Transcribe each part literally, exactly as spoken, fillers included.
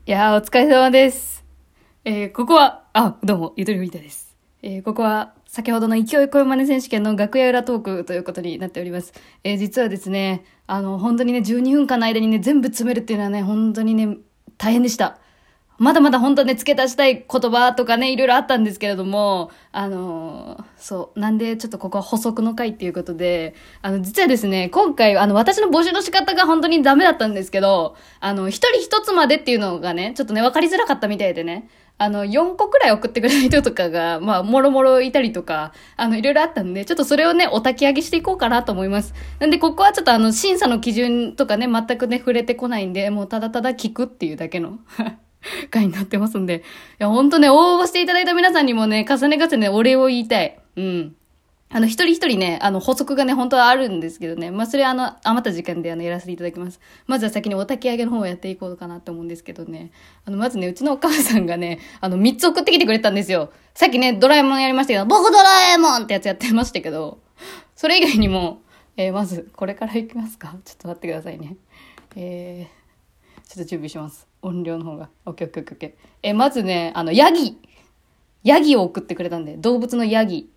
いやー、お疲れ様です。えー、ここは、あ、どうも、ゆとりふりたです。えー、ここは、先ほどの勢い声真似選手権の楽屋裏トークということになっております。えー、実はですね、あの、本当にね、じゅうにふんかんの間にね、全部詰めるっていうのはね、本当にね、大変でした。まだまだ本当はね、付け足したい言葉とかね、いろいろあったんですけれども、あのーそう、なんでちょっとここは補足の回っていうことで、あの、実はですね、今回、あの、私の募集の仕方が本当にダメだったんですけど、あの、一人一つまでっていうのがね、ちょっとね、わかりづらかったみたいでね、あの、よんこくらい送ってくれる人とかが、まあ、もろもろいたりとか、あの、いろいろあったんで、ちょっとそれをね、お焚き上げしていこうかなと思います。なんで、ここはちょっとあの、審査の基準とかね、全くね、触れてこないんで、もうただただ聞くっていうだけの回になってますんで。いや、ほんとね、応募していただいた皆さんにもね、重ね重ねお礼を言いたい。うん。あの、一人一人ね、あの、補足がね、本当はあるんですけどね。まあ、それあの、余った時間であの、やらせていただきます。まずは先にお焚き上げの方をやっていこうかなと思うんですけどね。あの、まずね、うちのお母さんがね、あの、三つ送ってきてくれたんですよ。さっきね、ドラえもんやりましたけど、僕ドラえもんってやつやってましたけど、それ以外にも、えー、まず、これからいきますか？ちょっと待ってくださいね。えー、ちょっと準備します。音量の方が。オッケーオッケーオッケー。え、まずね、あの、ヤギ。ヤギを送ってくれたんで、動物のヤギ。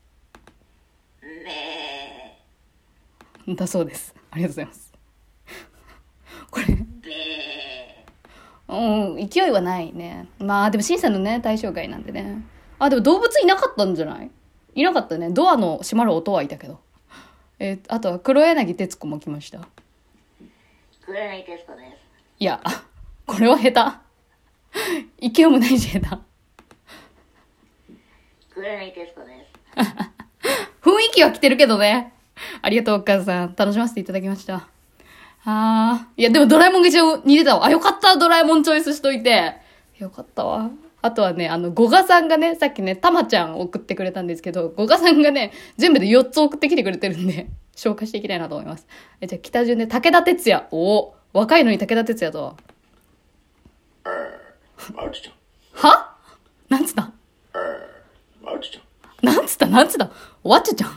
だそうです。ありがとうございます。これ。うん、勢いはないね。まあ、でも審査のね、対象外なんでね。あ、でも動物いなかったんじゃない？いなかったね。ドアの閉まる音はいたけど。えー、あとは黒柳徹子も来ました。 黒柳徹子です。 いや、これは下手。勢いもないし下手。 黒柳徹子です。 雰囲気は来てるけどね。ありがとうお母さん。楽しませていただきました。あー。いや、でもドラえもんが一応似てたわ。あ、よかった。ドラえもんチョイスしといて。よかったわ。あとはね、あの、ゴガさんがね、さっきね、たまちゃん送ってくれたんですけど、ゴガさんがね、全部でよっつ送ってきてくれてるんで、紹介していきたいなと思います。え、じゃあ、北順で武田鉄矢。おー。若いのに武田鉄矢とは。 マルチちゃん。 は？なんつったマルチちゃん。 なんつったなんつったわっちゃちゃん。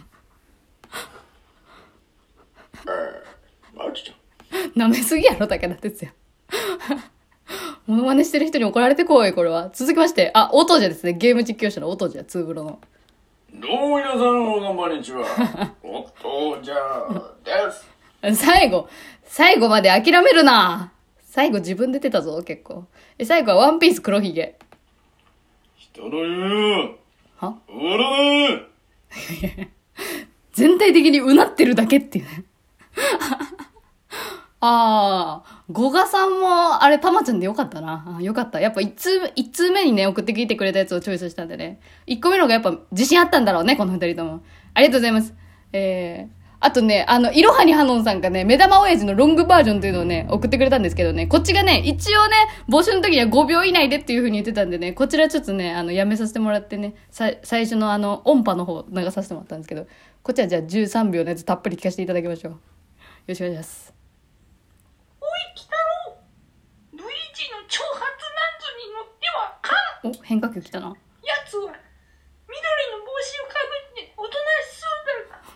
マルチちゃん。 舐めすぎやろ、武田鉄矢。モノマネしてる人に怒られてこい、これは。続きまして、あ、オトジャですね。ゲーム実況者のオトジャ、ツーブロの。 どうも皆さん、こんにちは。おっと、じゃあ、です。 最後、最後まで諦めるな。最後自分出てたぞ、結構。え、最後はワンピース黒ひげ。 人の言う。 は？ うらね。 全体的にうなってるだけっていうね。ああ、ゴガさんも、あれ、たまちゃんでよかったな。あ、よかった。やっぱ一通、一通目にね、送ってきてくれたやつをチョイスしたんでね。一個目のがやっぱ自信あったんだろうね、この二人とも。ありがとうございます。えー、あとね、あの、いろはにハノンさんがね、目玉親父のロングバージョンというのをね、送ってくれたんですけどね、こっちがね、一応ね、募集の時にはごびょう以内でっていう風に言ってたんでね、こちらちょっとね、あの、やめさせてもらってね、さ、最初のあの、音波の方流させてもらったんですけど、こっちはじゃあじゅうさんびょうのやつたっぷり聞かせていただきましょう。よろしくお願いします。 挑発なんぞに乗ってはかん。 お、変化球来たな。 やつは緑の帽子をかぶっておとなしそうだが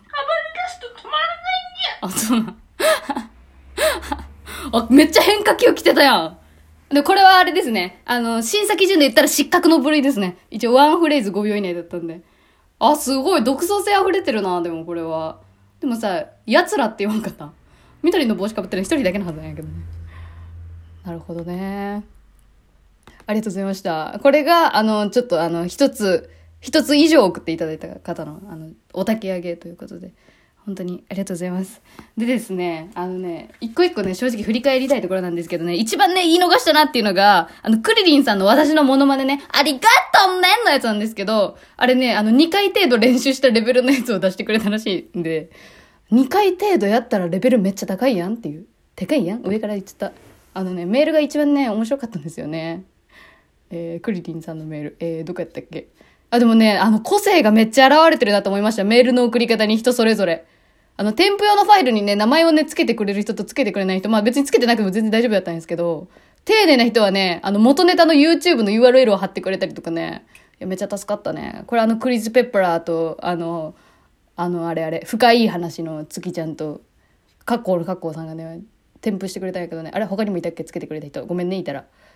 暴れ出すと止まらないんあ、そうなん。あ、めっちゃ変化球来てたやん。で、これはあれですね。あの、審査基準で言ったら失格の部類ですね。一応ワンフレーズごびょう以内だったんで。あ、すごい。独創性溢れてるな、でもこれは。でもさ、奴らって言わんかった。緑の帽子かぶってるの一人だけのはずなんやけどね。なるほどね。ありがとうございました。これが、あの、ちょっとあの、一つ、一つ以上送っていただいた方の、あの、お焚き上げということで、本当にありがとうございます。でですね、あのね、一個一個ね、正直振り返りたいところなんですけどね、一番ね、言い逃したなっていうのが、あの、クリリンさんの私のモノマネね、ありがとうねのやつなんですけど、あれね、あの、にかい程度練習したレベルのやつを出してくれたらしいんで、にかい程度やったらレベルめっちゃ高いやんっていう。でかいやん上から言っちゃった。あのね、メールが一番ね、面白かったんですよね。えー、クリリンさんのメール。えー、どこやったっけ？あ、でもね、あの、個性がめっちゃ現れてるなと思いました。メールの送り方に人それぞれ。あの、添付用のファイルにね、名前をね、つけてくれる人とつけてくれない人、まあ別につけてなくても全然大丈夫だったんですけど、丁寧な人はね、あの、元ネタの YouTube の ユーアールエル を貼ってくれたりとかね、いや、めっちゃ助かったね。これあの、クリス・ペッパラーと、あの、あの、あれあれ、深い話の月ちゃんと、カッコールカッコーさんがね、添付してくれたんやけどね、あれ他にもいたっけつけてくれた人。ごめんね、いたら。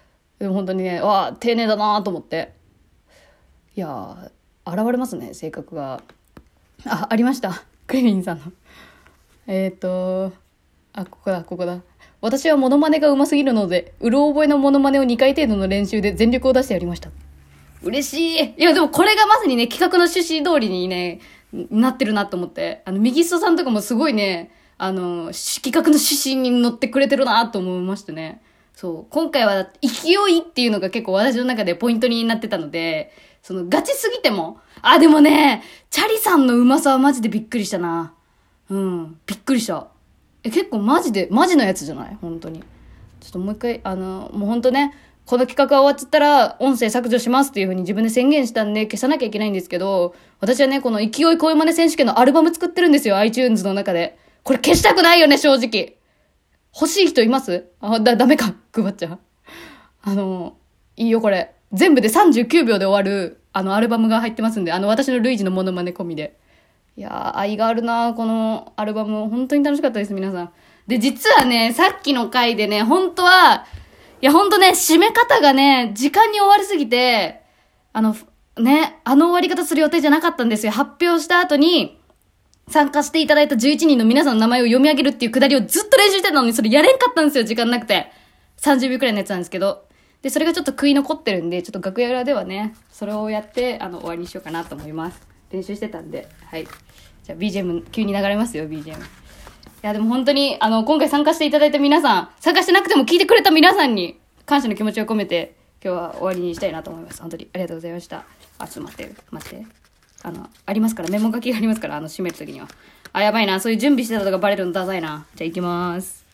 でも本当にね、わあ、丁寧だなと思って。いやー、現れますね、性格が。あ、ありました。クリリンさんの。えっと、あ、ここだ、ここだ。私はモノマネが上手すぎるので、うろ覚えのモノマネをにかい程度の練習で全力を出してやりました。嬉しい。いや、でもこれがまさにね、企画の趣旨通りにね、なってるなと思って。あの、右ストさんとかもすごいね、あの、企画の趣旨に乗ってくれてるなと思いましてね。そう。今回は勢いっていうのが結構私の中でポイントになってたので、そのガチすぎても、あ、でもね、チャリさんのうまさはマジでびっくりしたな。うん、びっくりした。え、結構マジで、マジのやつじゃない本当に。ちょっともう一回、あの、もう本当ね、この企画が終わっちゃったら、音声削除しますっていう風に自分で宣言したんで、消さなきゃいけないんですけど、私はね、この勢い声真似選手権のアルバム作ってるんですよ、iTunes の中で。これ消したくないよね、正直。欲しい人います？あ、だ、ダメか、配っちゃう。あの、いいよ、これ。全部でさんじゅうきゅうびょうで終わる、あの、アルバムが入ってますんで、あの、私のルイージのモノマネ込みで。いやー、愛があるなこのアルバム。本当に楽しかったです、皆さん。で、実はね、さっきの回でね、本当は、いや、ほんとね、締め方がね、時間に終わりすぎて、あの、ね、あの終わり方する予定じゃなかったんですよ。発表した後に、参加していただいたじゅういちにんの皆さんの名前を読み上げるっていうくだりをずっと練習してたのに、それやれんかったんですよ、時間なくて。さんじゅうびょうくらいのやつなんですけど。で、それがちょっと食い残ってるんで、ちょっと楽屋裏ではね、それをやって、あの、終わりにしようかなと思います。練習してたんで、はい。じゃあ ビージーエム 急に流れますよ、ビージーエム。いや、でも本当に、あの、今回参加していただいた皆さん、参加してなくても聞いてくれた皆さんに、感謝の気持ちを込めて、今日は終わりにしたいなと思います。本当にありがとうございました。あ、ちょっと待って、待って。あの、ありますから、メモ書きがありますから、あの、締めるときには。あ、やばいな、そういう準備してたことがバレるのダサいな。じゃあ行きまーす。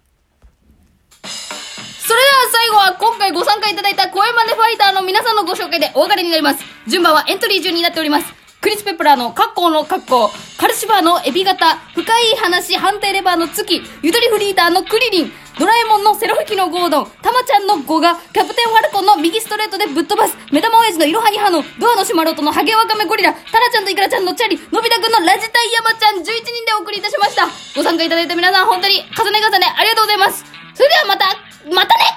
それでは最後は今回ご参加いただいた声真似ファイターの皆さんのご紹介でお別れになります。順番はエントリー順になっております。クリス・ペプラーのカッコーのカッコー、カルシファーのエビ型、深い話判定レバーの月、ゆとりフリーターのクリリン、ドラえもんのセロ吹きのゴードン、タマちゃんのゴガ、キャプテンファルコンの右ストレートでぶっ飛ばす、目玉親父のイロハニハのドアのシマロトのハゲワカメゴリラ、タラちゃんとイクラちゃんのチャリ、のび太くんのラジタイヤマちゃんじゅういちにんでお送りいたしました。ご参加いただいた皆さん本当に重ね重ねありがとうございます。それではまた、またね。